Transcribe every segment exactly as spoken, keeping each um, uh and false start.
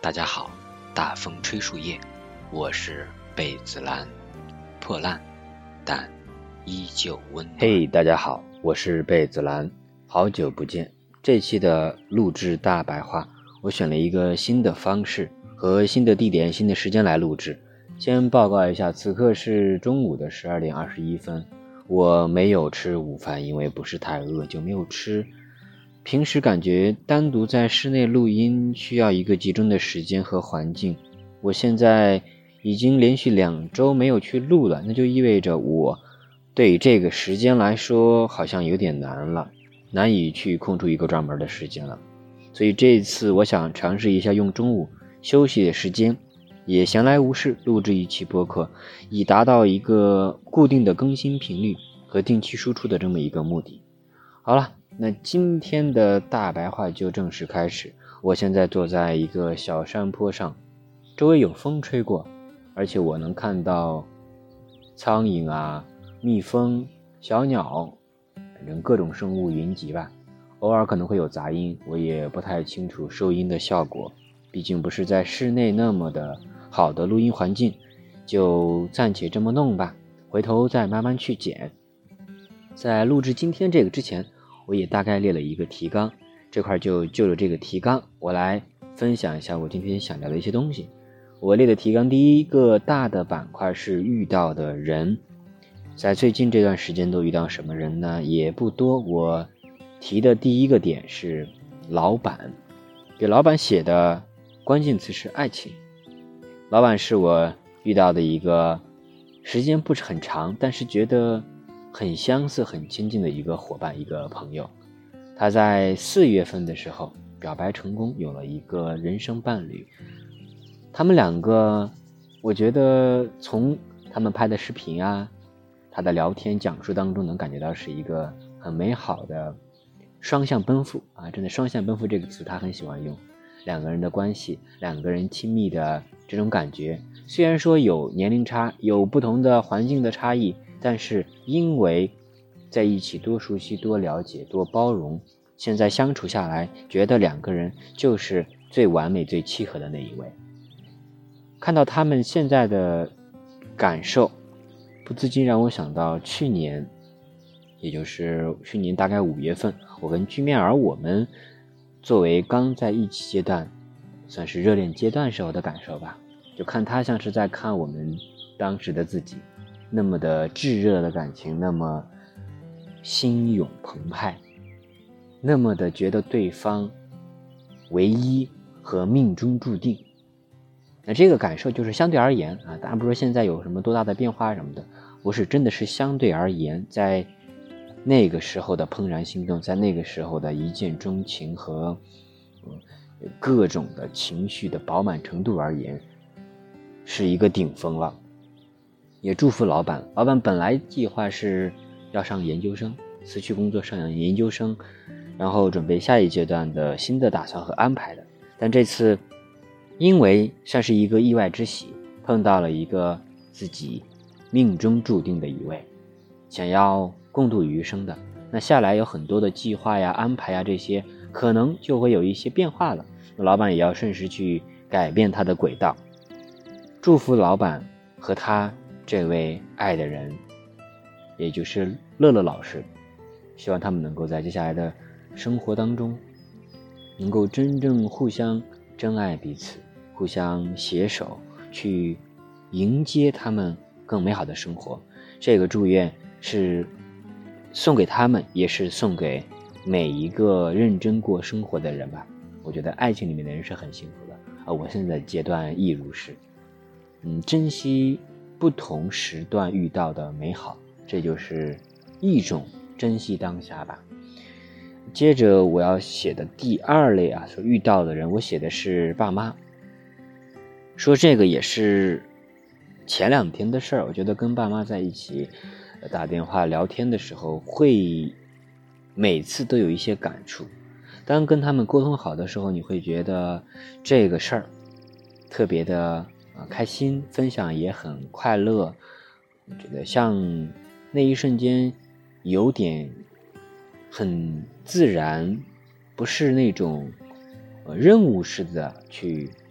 大家好，大风吹树叶，我是贝子兰，破烂但依旧温暖。 嘿、hey, 大家好，我是贝子兰，好久不见。这期的录制大白话，我选了一个新的方式和新的地点、新的时间来录制。先报告一下，此刻是中午的十二点二十一分，我没有吃午饭，因为不是太饿就没有吃。平时感觉单独在室内录音需要一个集中的时间和环境，我现在已经连续两周没有去录了，那就意味着我对于这个时间来说好像有点难了，难以去空出一个专门的时间了。所以这一次我想尝试一下用中午休息的时间，也闲来无事录制一期播客，以达到一个固定的更新频率和定期输出的这么一个目的。好了，那今天的大白话就正式开始。我现在坐在一个小山坡上，周围有风吹过，而且我能看到苍蝇啊、蜜蜂、小鸟，反正各种生物云集吧。偶尔可能会有杂音，我也不太清楚收音的效果，毕竟不是在室内那么的好的录音环境，就暂且这么弄吧，回头再慢慢去剪。在录制今天这个之前，我也大概列了一个提纲，这块就就着这个提纲，我来分享一下我今天想聊的一些东西。我列的提纲第一个大的板块是遇到的人，在最近这段时间都遇到什么人呢？也不多，我提的第一个点是老板，给老板写的关键词是爱情。老板是我遇到的一个时间不是很长，但是觉得很相似很亲近的一个伙伴，一个朋友。他在四月份的时候表白成功，有了一个人生伴侣。他们两个，我觉得从他们拍的视频啊，他的聊天讲述当中能感觉到是一个很美好的双向奔赴啊，真的双向奔赴这个词他很喜欢用。两个人的关系，两个人亲密的这种感觉，虽然说有年龄差，有不同的环境的差异，但是因为在一起多熟悉、多了解、多包容，现在相处下来，觉得两个人就是最完美、最契合的那一位。看到他们现在的感受，不自禁让我想到去年，也就是去年大概五月份，我跟居面儿我们作为刚在一起阶段，算是热恋阶段时候的感受吧。就看他像是在看我们当时的自己，那么的炙热的感情，那么心涌澎湃，那么的觉得对方唯一和命中注定。那这个感受就是相对而言啊，当然不是说现在有什么多大的变化什么的，我是真的是相对而言，在那个时候的怦然心动，在那个时候的一见钟情和、嗯、各种的情绪的饱满程度而言，是一个顶峰了。也祝福老板，老板本来计划是要上研究生，辞去工作上研究生，然后准备下一阶段的新的打算和安排的，但这次因为算是一个意外之喜，碰到了一个自己命中注定的一位，想要共度余生的，那下来有很多的计划呀、安排呀，这些可能就会有一些变化了，老板也要顺势去改变他的轨道。祝福老板和他这位爱的人，也就是乐乐老师，希望他们能够在接下来的生活当中能够真正互相真爱彼此，互相携手去迎接他们更美好的生活。这个祝愿是送给他们，也是送给每一个认真过生活的人吧。我觉得爱情里面的人是很幸福的，而我现在阶段亦如是。嗯，珍惜不同时段遇到的美好，这就是一种珍惜当下吧。接着我要写的第二类啊，所遇到的人，我写的是爸妈。说这个也是前两天的事儿，我觉得跟爸妈在一起打电话聊天的时候，会每次都有一些感触。当跟他们沟通好的时候，你会觉得这个事儿特别的呃开心，分享也很快乐。我觉得像那一瞬间有点很自然，不是那种呃任务式的去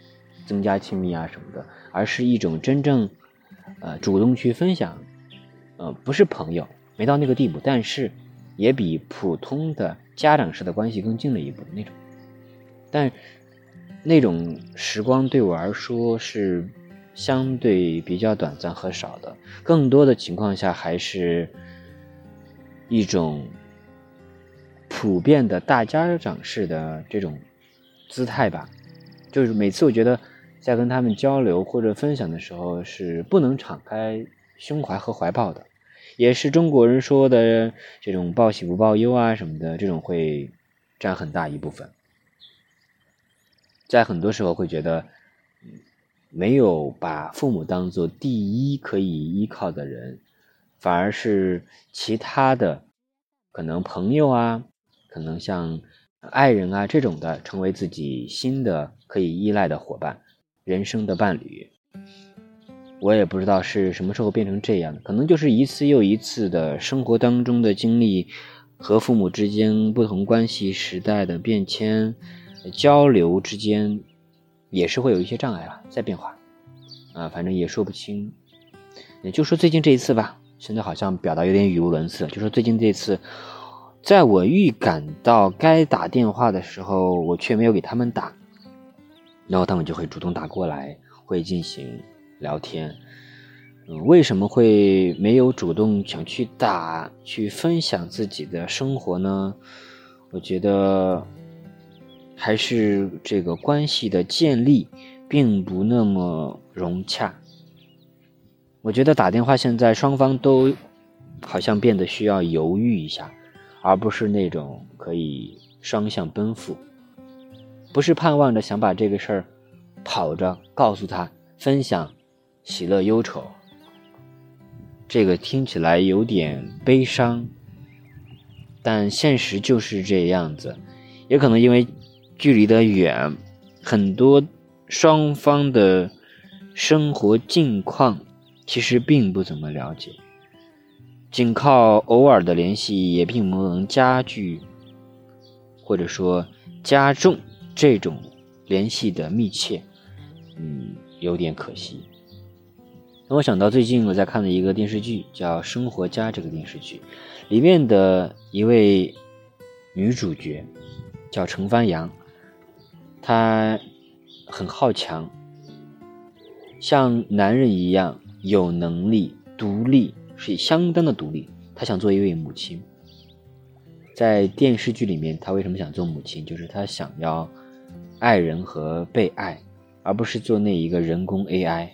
增加亲密啊什么的，而是一种真正呃主动去分享，呃不是朋友，没到那个地步，但是也比普通的家长式的关系更近了一步那种。但那种时光对我来说是相对比较短暂和少的，更多的情况下还是一种普遍的大家长式的这种姿态吧。就是每次我觉得在跟他们交流或者分享的时候是不能敞开胸怀和怀抱的，也是中国人说的这种报喜不报忧啊什么的，这种会占很大一部分。在很多时候会觉得没有把父母当作第一可以依靠的人，反而是其他的可能朋友啊，可能像爱人啊这种的成为自己新的可以依赖的伙伴，人生的伴侣。我也不知道是什么时候变成这样的，可能就是一次又一次的生活当中的经历和父母之间不同关系时代的变迁，交流之间也是会有一些障碍啊，在变化啊，反正也说不清。也就说最近这一次吧，现在好像表达有点语无伦次，就说最近这次在我预感到该打电话的时候，我却没有给他们打，然后他们就会主动打过来，会进行聊天。嗯，为什么会没有主动想去打去分享自己的生活呢？我觉得还是这个关系的建立并不那么融洽。我觉得打电话现在双方都好像变得需要犹豫一下，而不是那种可以双向奔赴，不是盼望着想把这个事儿跑着告诉他，分享喜乐忧愁。这个听起来有点悲伤，但现实就是这样子。也可能因为距离的远，很多双方的生活境况其实并不怎么了解，仅靠偶尔的联系也并不能加剧或者说加重这种联系的密切，嗯，有点可惜。那我想到最近我在看的一个电视剧叫《生活家》，这个电视剧里面的一位女主角叫程帆阳，她很好强，像男人一样有能力独立，是相当的独立。她想做一位母亲，在电视剧里面她为什么想做母亲，就是她想要爱人和被爱，而不是做那一个人工 A I。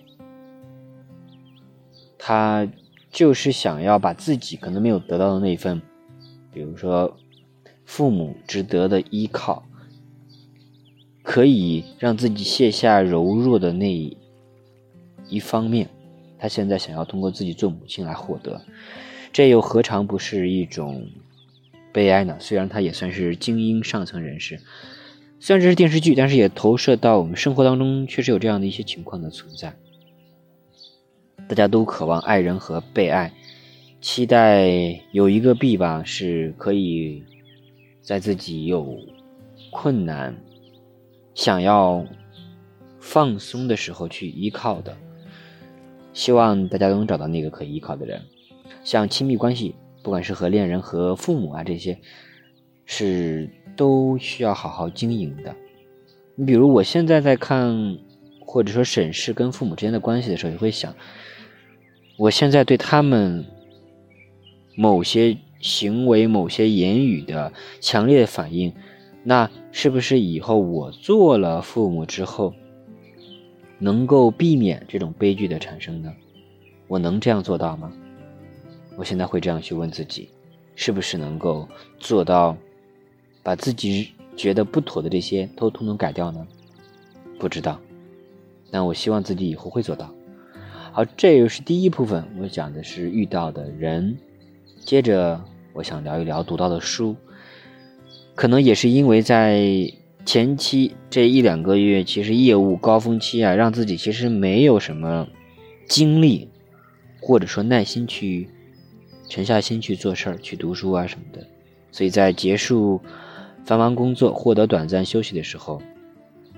他就是想要把自己可能没有得到的那一份，比如说父母值得的依靠，可以让自己卸下柔弱的那一方面，他现在想要通过自己做母亲来获得，这又何尝不是一种悲哀呢？虽然他也算是精英上层人士，虽然这是电视剧，但是也投射到我们生活当中，确实有这样的一些情况的存在。大家都渴望爱人和被爱，期待有一个臂膀是可以在自己有困难想要放松的时候去依靠的。希望大家都能找到那个可以依靠的人。像亲密关系，不管是和恋人和父母啊，这些是都需要好好经营的。你比如我现在在看或者说审视跟父母之间的关系的时候，也会想，我现在对他们某些行为某些言语的强烈的反应，那是不是以后我做了父母之后能够避免这种悲剧的产生呢？我能这样做到吗？我现在会这样去问自己，是不是能够做到把自己觉得不妥的这些都通通改掉呢？不知道，但我希望自己以后会做到。好，这就是第一部分，我讲的是遇到的人。接着我想聊一聊读到的书，可能也是因为在前期这一两个月，其实业务高峰期啊，让自己其实没有什么精力或者说耐心去沉下心去做事儿，去读书啊什么的。所以在结束繁忙工作获得短暂休息的时候，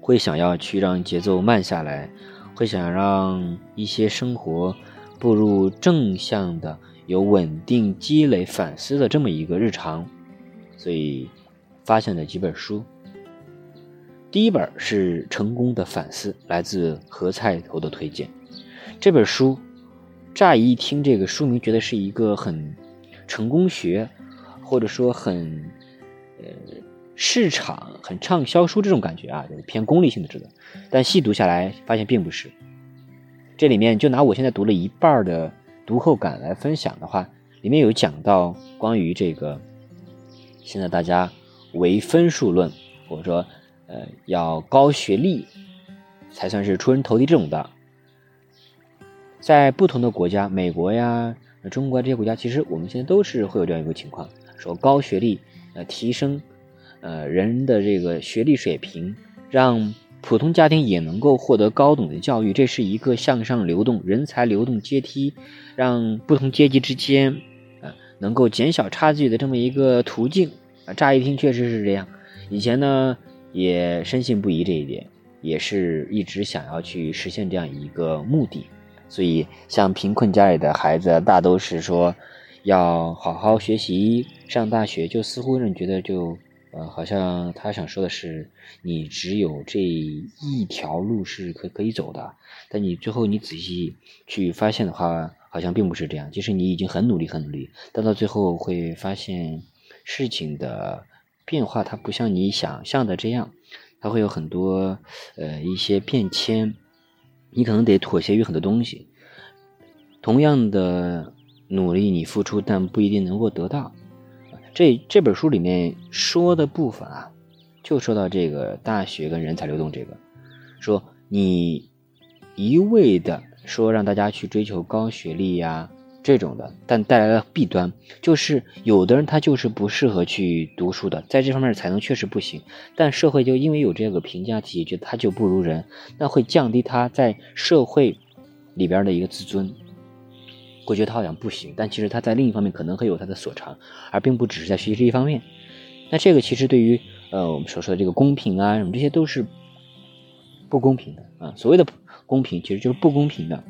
会想要去让节奏慢下来，会想让一些生活步入正向的、有稳定积累反思的这么一个日常，所以发现了几本书。第一本是《成功的反思》，来自何菜头的推荐。这本书乍一听这个书名，觉得是一个很成功学，或者说很呃市场、很畅销书这种感觉啊，就是偏功利性的质的。但细读下来，发现并不是。这里面就拿我现在读了一半的读后感来分享的话，里面有讲到关于这个现在大家唯分数论，或者说呃要高学历才算是出人头地这种的。在不同的国家，美国呀、中国这些国家，其实我们现在都是会有这样一个情况，说高学历呃提升呃人的这个学历水平，让普通家庭也能够获得高等的教育，这是一个向上流动、人才流动阶梯，让不同阶级之间啊、呃、能够减小差距的这么一个途径啊。乍一听确实是这样，以前呢也深信不疑这一点，也是一直想要去实现这样一个目的。所以像贫困家里的孩子大都是说要好好学习上大学，就似乎让人觉得就呃，好像他想说的是你只有这一条路是可可以走的，但你最后你仔细去发现的话，好像并不是这样。即使你已经很努力很努力，但到最后会发现事情的变化它不像你想象的这样，它会有很多呃一些变迁，你可能得妥协于很多东西。同样的努力你付出，但不一定能够得到。这这本书里面说的部分啊，就说到这个大学跟人才流动这个，说你一味的说让大家去追求高学历呀这种的，但带来了弊端，就是有的人他就是不适合去读书的，在这方面才能确实不行，但社会就因为有这个评价体系，觉得他就不如人，那会降低他在社会里边的一个自尊，会觉得他好像不行，但其实他在另一方面可能会有他的所长，而并不只是在学习这一方面。那这个其实对于呃我们所说的这个公平啊什么，这些都是不公平的啊。所谓的公平其实就是不公平的。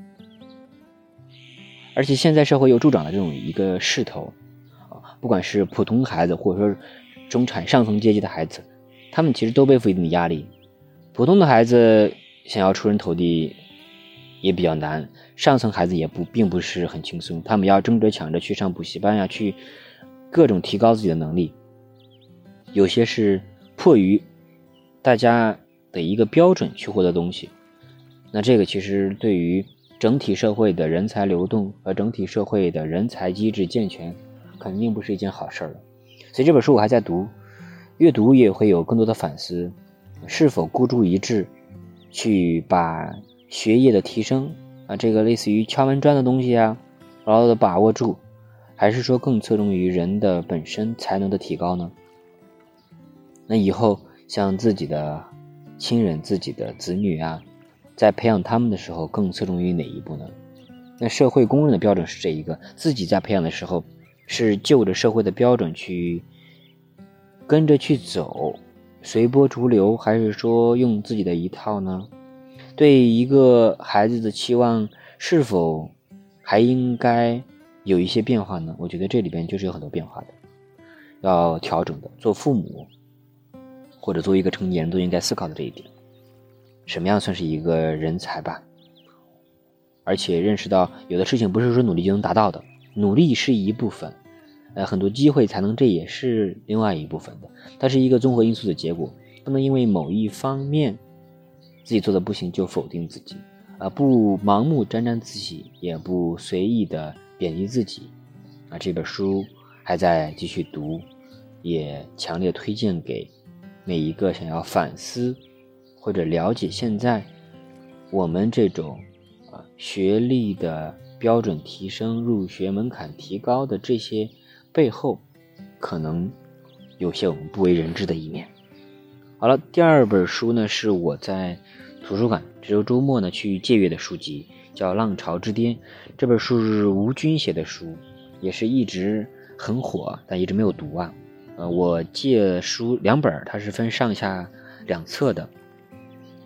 而且现在社会又助长了这种一个势头啊，不管是普通孩子或者说中产上层阶级的孩子，他们其实都背负一定的压力。普通的孩子想要出人头地也比较难，上层孩子也不并不是很轻松，他们要争着抢着去上补习班呀，去各种提高自己的能力。有些是迫于大家的一个标准去获得东西，那这个其实对于整体社会的人才流动和整体社会的人才机制健全肯定不是一件好事了。所以这本书我还在读，阅读也会有更多的反思，是否孤注一掷去把学业的提升啊，这个类似于敲门砖的东西啊，牢牢的把握住，还是说更侧重于人的本身才能的提高呢？那以后像自己的亲人、自己的子女啊，在培养他们的时候更侧重于哪一步呢？那社会公认的标准是这一个，自己在培养的时候是就着社会的标准去跟着去走，随波逐流，还是说用自己的一套呢？对一个孩子的期望是否还应该有一些变化呢？我觉得这里边就是有很多变化的，要调整的。做父母或者作为一个成年人都应该思考的这一点，什么样算是一个人才吧？而且认识到有的事情不是说努力就能达到的，努力是一部分，呃，很多机会才能，这也是另外一部分的，它是一个综合因素的结果，不能因为某一方面自己做的不行就否定自己，啊，不盲目沾沾自喜，也不随意的贬低自己。啊，这本书还在继续读，也强烈推荐给每一个想要反思或者了解现在我们这种啊学历的标准提升、入学门槛提高的这些背后，可能有些我们不为人知的一面。好了，第二本书呢是我在图书馆这周周末呢去借阅的书籍，叫《浪潮之巅》。这本书是吴军写的书，也是一直很火，但一直没有读啊。呃，我借书两本，它是分上下两册的。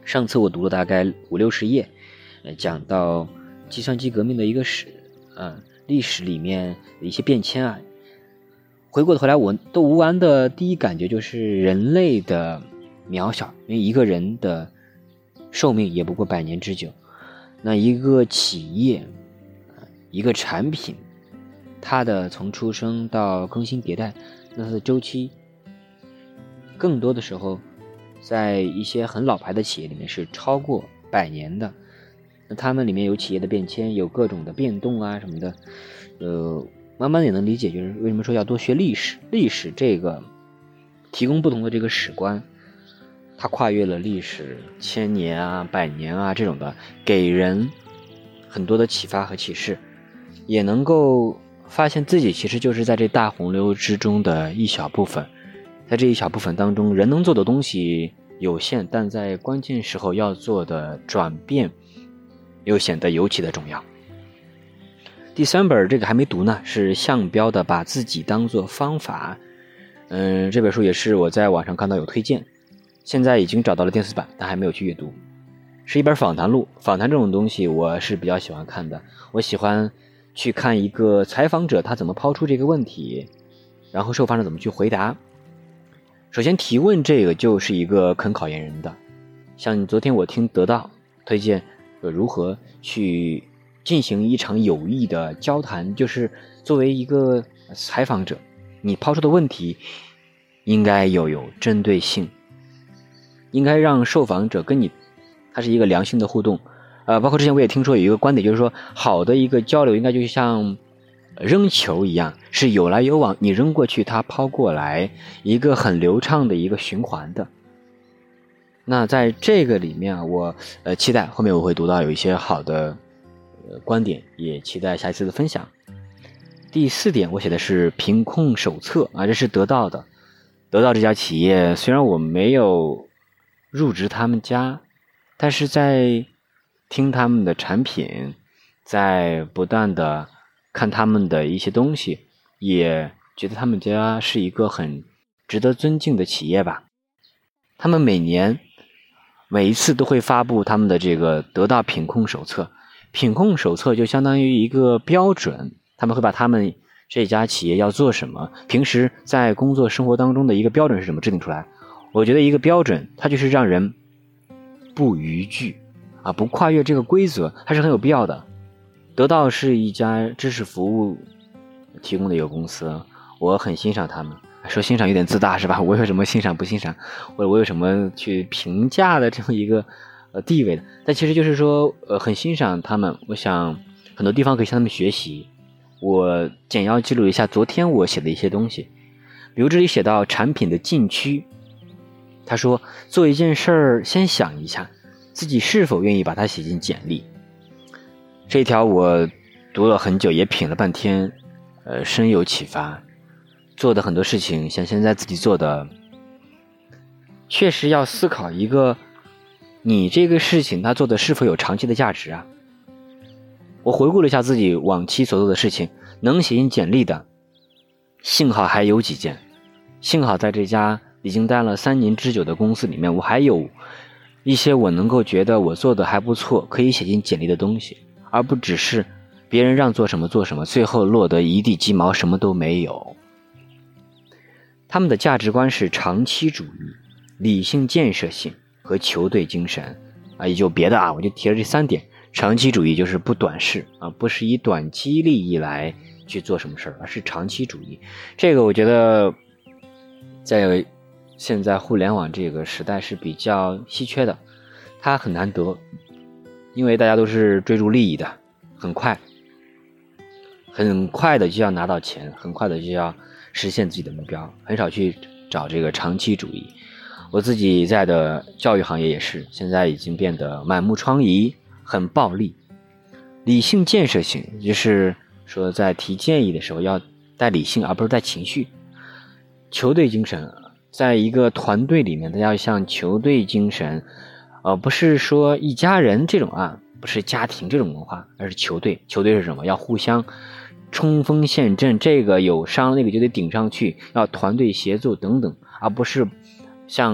上次我读了大概五六十页，呃，讲到计算机革命的一个史，啊、呃，历史里面的一些变迁啊。回过头来，我都无完的第一感觉就是人类的渺小，因为一个人的寿命也不过百年之久。那一个企业，一个产品，它的从出生到更新迭代，那它的周期，更多的时候，在一些很老牌的企业里面是超过百年的。那他们里面有企业的变迁，有各种的变动啊什么的，呃，慢慢也能理解，就是为什么说要多学历史。历史这个提供不同的这个史观，它跨越了历史千年啊、百年啊这种的，给人很多的启发和启示，也能够发现自己其实就是在这大洪流之中的一小部分。在这一小部分当中，人能做的东西有限，但在关键时候要做的转变又显得尤其的重要。第三本这个还没读呢，是项彪的《把自己当作方法》。嗯，这本书也是我在网上看到有推荐，现在已经找到了电子版，但还没有去阅读。是一本访谈录，访谈这种东西我是比较喜欢看的。我喜欢去看一个采访者他怎么抛出这个问题，然后受访者怎么去回答。首先提问这个就是一个很考验人的，像昨天我听得到推荐如何去进行一场有益的交谈，就是作为一个采访者，你抛出的问题应该要有针对性，应该让受访者跟你它是一个良性的互动。呃，包括之前我也听说有一个观点，就是说好的一个交流应该就像扔球一样，是有来有往，你扔过去他抛过来，一个很流畅的一个循环的。那在这个里面啊，我呃期待后面我会读到有一些好的呃观点，也期待下一次的分享。第四点我写的是品控手册啊，这是得到的。得到这家企业虽然我没有入职他们家，但是在听他们的产品，在不断的看他们的一些东西，也觉得他们家是一个很值得尊敬的企业吧。他们每年每一次都会发布他们的这个得到品控手册，品控手册就相当于一个标准，他们会把他们这家企业要做什么，平时在工作生活当中的一个标准是什么制定出来。我觉得一个标准它就是让人不逾矩啊，不跨越这个规则，还是很有必要的。得到是一家知识服务提供的一个公司，我很欣赏他们。说欣赏有点自大是吧？我有什么欣赏不欣赏，或者我有什么去评价的这么一个呃地位的？但其实就是说呃很欣赏他们，我想很多地方可以向他们学习。我简要记录一下昨天我写的一些东西，比如这里写到产品的禁区，他说做一件事儿先想一下自己是否愿意把它写进简历。这一条我读了很久，也品了半天，呃，深有启发。做的很多事情，像现在自己做的，确实要思考一个，你这个事情它做的是否有长期的价值啊？我回顾了一下自己往期所做的事情，能写进简历的，幸好还有几件，幸好在这家已经待了三年之久的公司里面，我还有一些我能够觉得我做的还不错，可以写进简历的东西。而不只是别人让做什么做什么，最后落得一地鸡毛，什么都没有。他们的价值观是长期主义、理性建设性和球队精神啊，也就别的啊，我就提了这三点。长期主义就是不短视啊，不是以短期利益来去做什么事儿，而是长期主义。这个我觉得在现在互联网这个时代是比较稀缺的，它很难得。因为大家都是追逐利益的，很快很快的就要拿到钱，很快的就要实现自己的目标，很少去找这个长期主义。我自己在的教育行业也是，现在已经变得满目疮痍，很暴力。理性建设性就是说在提建议的时候要带理性，而不是带情绪。球队精神，在一个团队里面，大家要像球队精神，呃，不是说一家人这种啊，不是家庭这种文化，而是球队。球队是什么？要互相冲锋陷阵，这个有伤那个就得顶上去，要团队协作等等，而不是像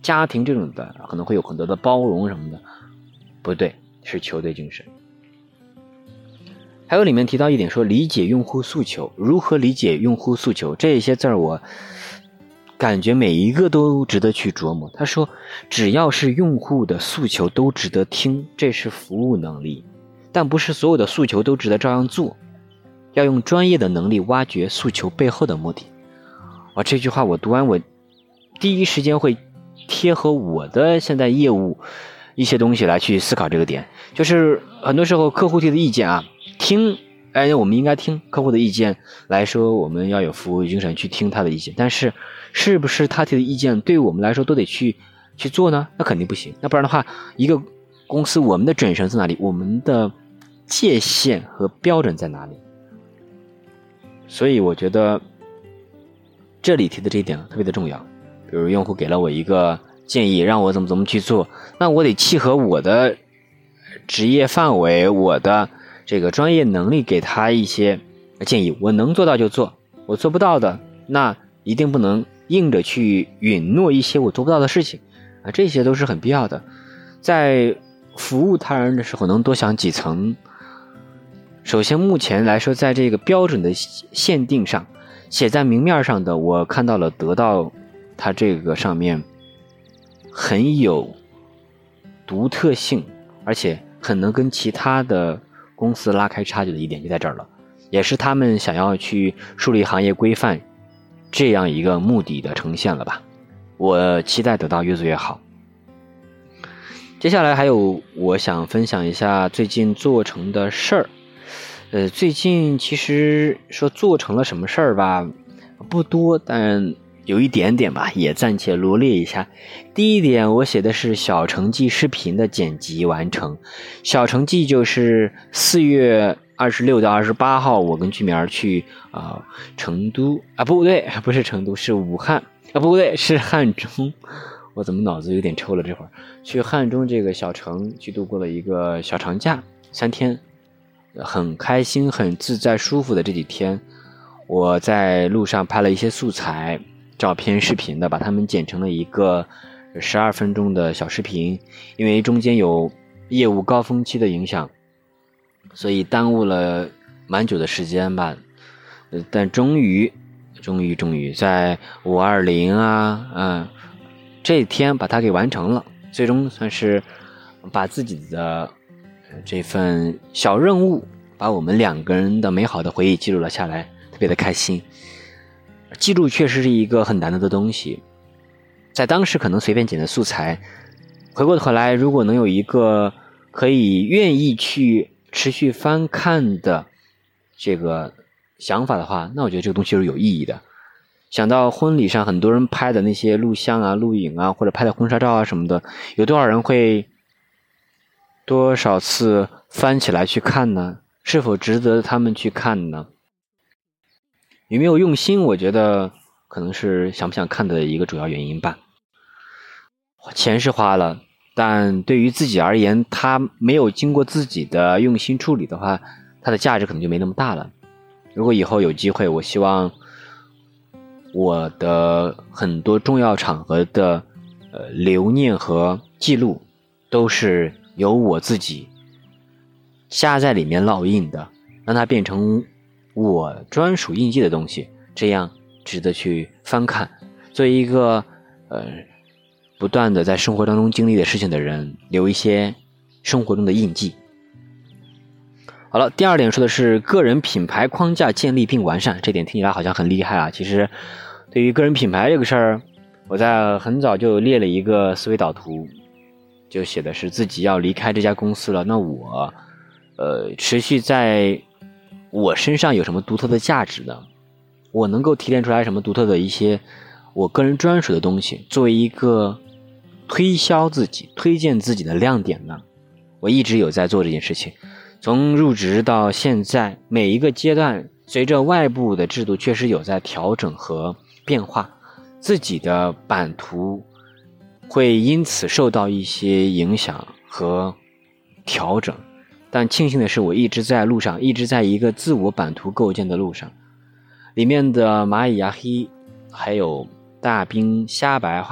家庭这种的可能会有很多的包容什么的，不对，是球队精神。还有里面提到一点说理解用户诉求，如何理解用户诉求，这些字儿我感觉每一个都值得去琢磨。他说只要是用户的诉求都值得听，这是服务能力，但不是所有的诉求都值得照样做，要用专业的能力挖掘诉求背后的目的。哇，这句话我读完我第一时间会贴合我的现在业务一些东西来去思考这个点。就是很多时候客户提的意见啊，听哎，我们应该听客户的意见来说，我们要有服务精神去听他的意见，但是是不是他提的意见对我们来说都得去去做呢？那肯定不行。那不然的话，一个公司我们的准绳在哪里？我们的界限和标准在哪里？所以我觉得这里提的这一点特别的重要。比如用户给了我一个建议，让我怎么怎么去做，那我得契合我的职业范围，我的这个专业能力，给他一些建议，我能做到就做，我做不到的那一定不能硬着去允诺一些我做不到的事情啊，这些都是很必要的。在服务他人的时候能多想几层。首先目前来说，在这个标准的限定上写在明面上的，我看到了得到它这个上面很有独特性，而且很能跟其他的公司拉开差距的一点就在这儿了，也是他们想要去树立行业规范这样一个目的的呈现了吧。我期待得到越做越好。接下来还有我想分享一下最近做成的事儿。呃，最近其实说做成了什么事儿吧，不多，但有一点点吧，也暂且罗列一下。第一点，我写的是小成绩视频的剪辑完成。小成绩就是四月二十六到二十八号，我跟居明去啊、呃、成都啊，不对，不是成都，是武汉啊，不对，是汉中。我怎么脑子有点抽了？这会儿去汉中这个小城去度过了一个小长假，三天。很开心很自在舒服的这几天，我在路上拍了一些素材照片视频的，把它们剪成了一个十二分钟的小视频。因为中间有业务高峰期的影响，所以耽误了蛮久的时间吧。但终于终于终于在五二零啊嗯，这一天把它给完成了，最终算是把自己的这份小任务，把我们两个人的美好的回忆记录了下来，特别的开心。记录确实是一个很难得的东西，在当时可能随便剪的素材，回过头来如果能有一个可以愿意去持续翻看的这个想法的话，那我觉得这个东西是有意义的。想到婚礼上很多人拍的那些录像啊录影啊，或者拍的婚纱照啊什么的，有多少人会多少次翻起来去看呢？是否值得他们去看呢？有没有用心？我觉得可能是想不想看的一个主要原因吧。钱是花了，但对于自己而言，它没有经过自己的用心处理的话，它的价值可能就没那么大了。如果以后有机会，我希望我的很多重要场合的呃留念和记录都是由我自己加在里面烙印的，让它变成我专属印记的东西，这样值得去翻看。作为一个呃不断的在生活当中经历的事情的人，留一些生活中的印记。好了，第二点说的是个人品牌框架建立并完善，这点听起来好像很厉害啊。其实对于个人品牌这个事儿，我在很早就列了一个思维导图，就写的是自己要离开这家公司了，那我呃持续在我身上有什么独特的价值呢？我能够提炼出来什么独特的一些我个人专属的东西，作为一个推销自己推荐自己的亮点呢？我一直有在做这件事情，从入职到现在，每一个阶段随着外部的制度确实有在调整和变化，自己的版图会因此受到一些影响和调整，但庆幸的是我一直在路上，一直在一个自我版图构建的路上。里面的蚂蚁牙黑还有大兵虾白话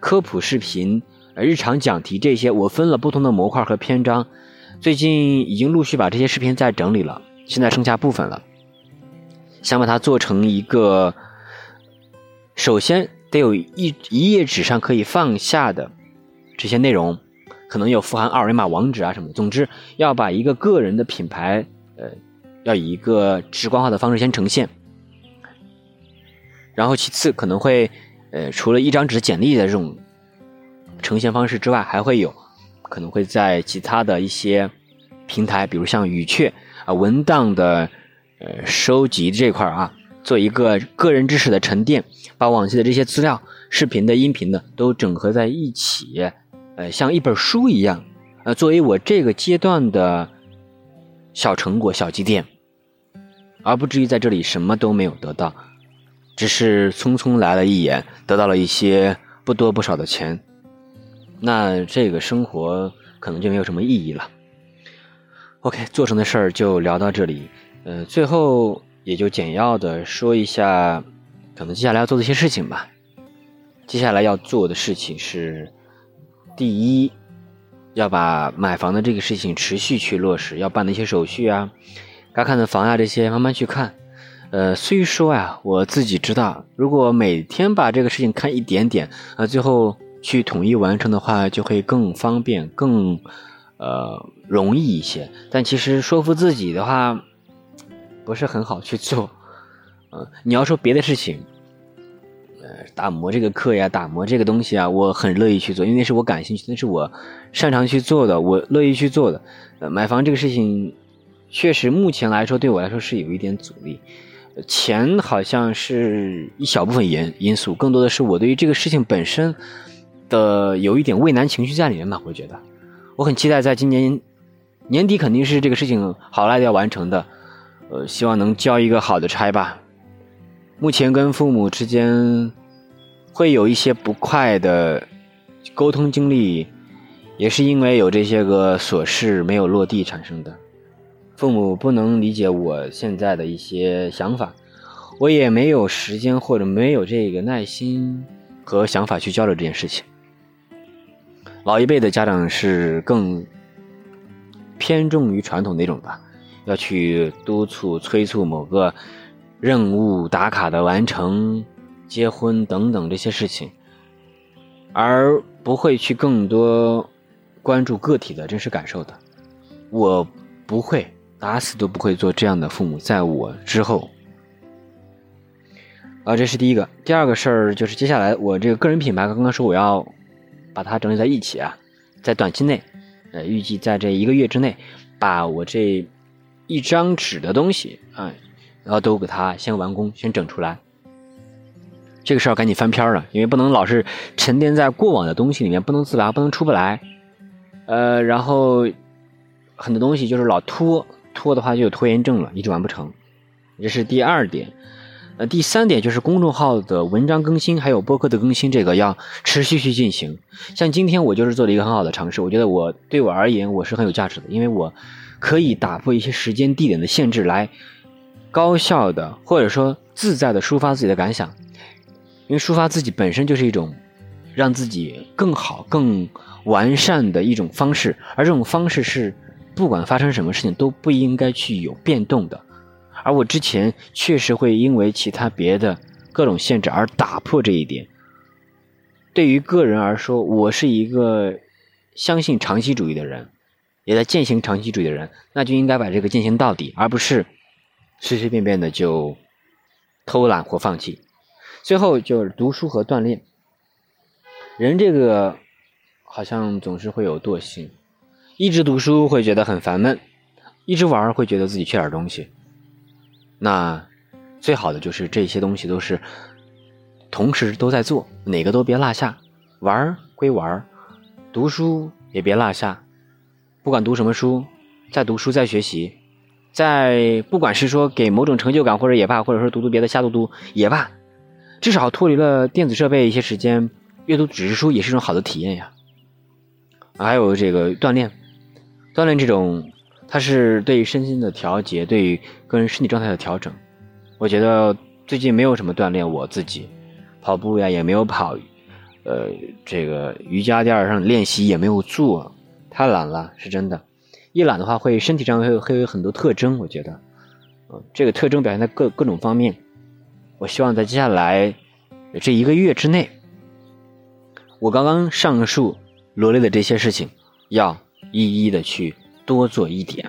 科普视频、呃日常讲题这些，我分了不同的模块和篇章，最近已经陆续把这些视频再整理了，现在剩下部分了，想把它做成一个首先得有一一页纸上可以放下的这些内容，可能有富含二维码网址啊什么的，总之要把一个个人的品牌呃要以一个直观化的方式先呈现，然后其次可能会呃除了一张纸简历的这种呈现方式之外，还会有可能会在其他的一些平台，比如像语雀啊文档的呃收集这块啊，做一个个人知识的沉淀，把往期的这些资料、视频的、音频的都整合在一起，呃，像一本书一样，呃，作为我这个阶段的小成果、小积淀，而不至于在这里什么都没有得到，只是匆匆来了一眼，得到了一些不多不少的钱，那这个生活可能就没有什么意义了。OK， 做成的事儿就聊到这里，呃，最后也就简要的说一下可能接下来要做的一些事情吧。接下来要做的事情是，第一，要把买房的这个事情持续去落实，要办的一些手续啊，该看的房啊这些慢慢去看。呃，虽说啊，我自己知道，如果每天把这个事情看一点点，呃，最后去统一完成的话，就会更方便、更呃容易一些。但其实说服自己的话，不是很好去做。呃，你要说别的事情，呃，打磨这个课呀，打磨这个东西啊，我很乐意去做，因为是我感兴趣，那是我擅长去做的，我乐意去做的。呃，买房这个事情，确实目前来说对我来说是有一点阻力。钱好像是一小部分因因素，更多的是我对于这个事情本身的有一点畏难情绪在里面吧。我觉得我很期待在今年年底肯定是这个事情好赖要完成的，呃，希望能交一个好的差吧。目前跟父母之间会有一些不快的沟通经历，也是因为有这些个琐事没有落地产生的。父母不能理解我现在的一些想法，我也没有时间或者没有这个耐心和想法去交流这件事情。老一辈的家长是更偏重于传统那种吧，要去督促催促某个任务打卡的完成、结婚等等这些事情，而不会去更多关注个体的真实感受的。我不会，打死都不会做这样的父母，在我之后。啊，这是第一个。第二个事儿就是接下来我这个个人品牌，刚刚说我要把它整理在一起啊，在短期内，呃，预计在这一个月之内，把我这一张纸的东西啊，然后都给它先完工，先整出来。这个事儿赶紧翻篇了，因为不能老是沉淀在过往的东西里面，不能自拔，不能出不来。呃，然后很多东西就是老拖，拖的话就有拖延症了，一直完不成。这是第二点。呃，第三点就是公众号的文章更新，还有播客的更新，这个要持续去进行。像今天我就是做了一个很好的尝试，我觉得我对我而言我是很有价值的，因为我可以打破一些时间地点的限制，来高效的或者说自在的抒发自己的感想。因为抒发自己本身就是一种让自己更好、更完善的一种方式，而这种方式是不管发生什么事情都不应该去有变动的。而我之前确实会因为其他别的各种限制而打破这一点。对于个人而说，我是一个相信长期主义的人，也在践行长期主义的人，那就应该把这个践行到底，而不是随随便便的就偷懒或放弃。最后就是读书和锻炼。人这个好像总是会有惰性，一直读书会觉得很烦闷，一直玩会觉得自己缺点东西。那最好的就是这些东西都是同时都在做，哪个都别落下。玩归玩，读书也别落下，不管读什么书，在读书，在学习，在不管是说给某种成就感或者也罢，或者说读读别的瞎读读也罢，至少脱离了电子设备一些时间，阅读纸质书也是一种好的体验呀。还有这个锻炼，锻炼这种它是对于身心的调节，对于个人身体状态的调整。我觉得最近没有什么锻炼，我自己跑步呀也没有跑， 呃，这个瑜伽垫上练习也没有做，太懒了，是真的。一懒的话，会身体上会会有很多特征，我觉得，呃，这个特征表现在各各种方面。我希望在接下来这一个月之内，我刚刚上述罗列的这些事情，要一一的去多做一点。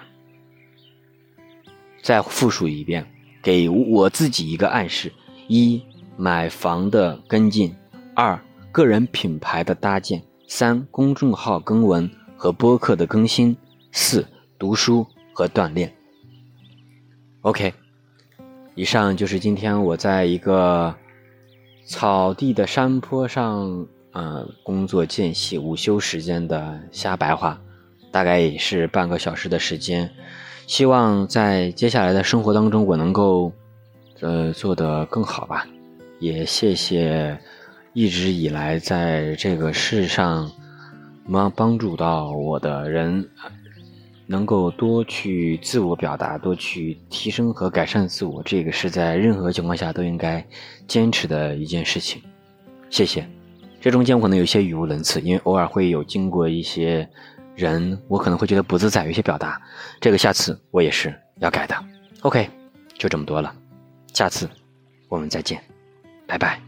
再复述一遍，给我自己一个暗示：一、买房的跟进；二、个人品牌的搭建；三、公众号更文和播客的更新；四、读书和锻炼。OK， 以上就是今天我在一个草地的山坡上，呃，工作间隙午休时间的瞎白话，大概也是半个小时的时间。希望在接下来的生活当中，我能够，呃，做得更好吧。也谢谢一直以来在这个世上帮帮助到我的人，能够多去自我表达，多去提升和改善自我，这个是在任何情况下都应该坚持的一件事情。谢谢。这中间我可能有些语无伦次，因为偶尔会有经过一些人，我可能会觉得不自在，有些表达，这个下次我也是要改的。OK， 就这么多了，下次我们再见，拜拜。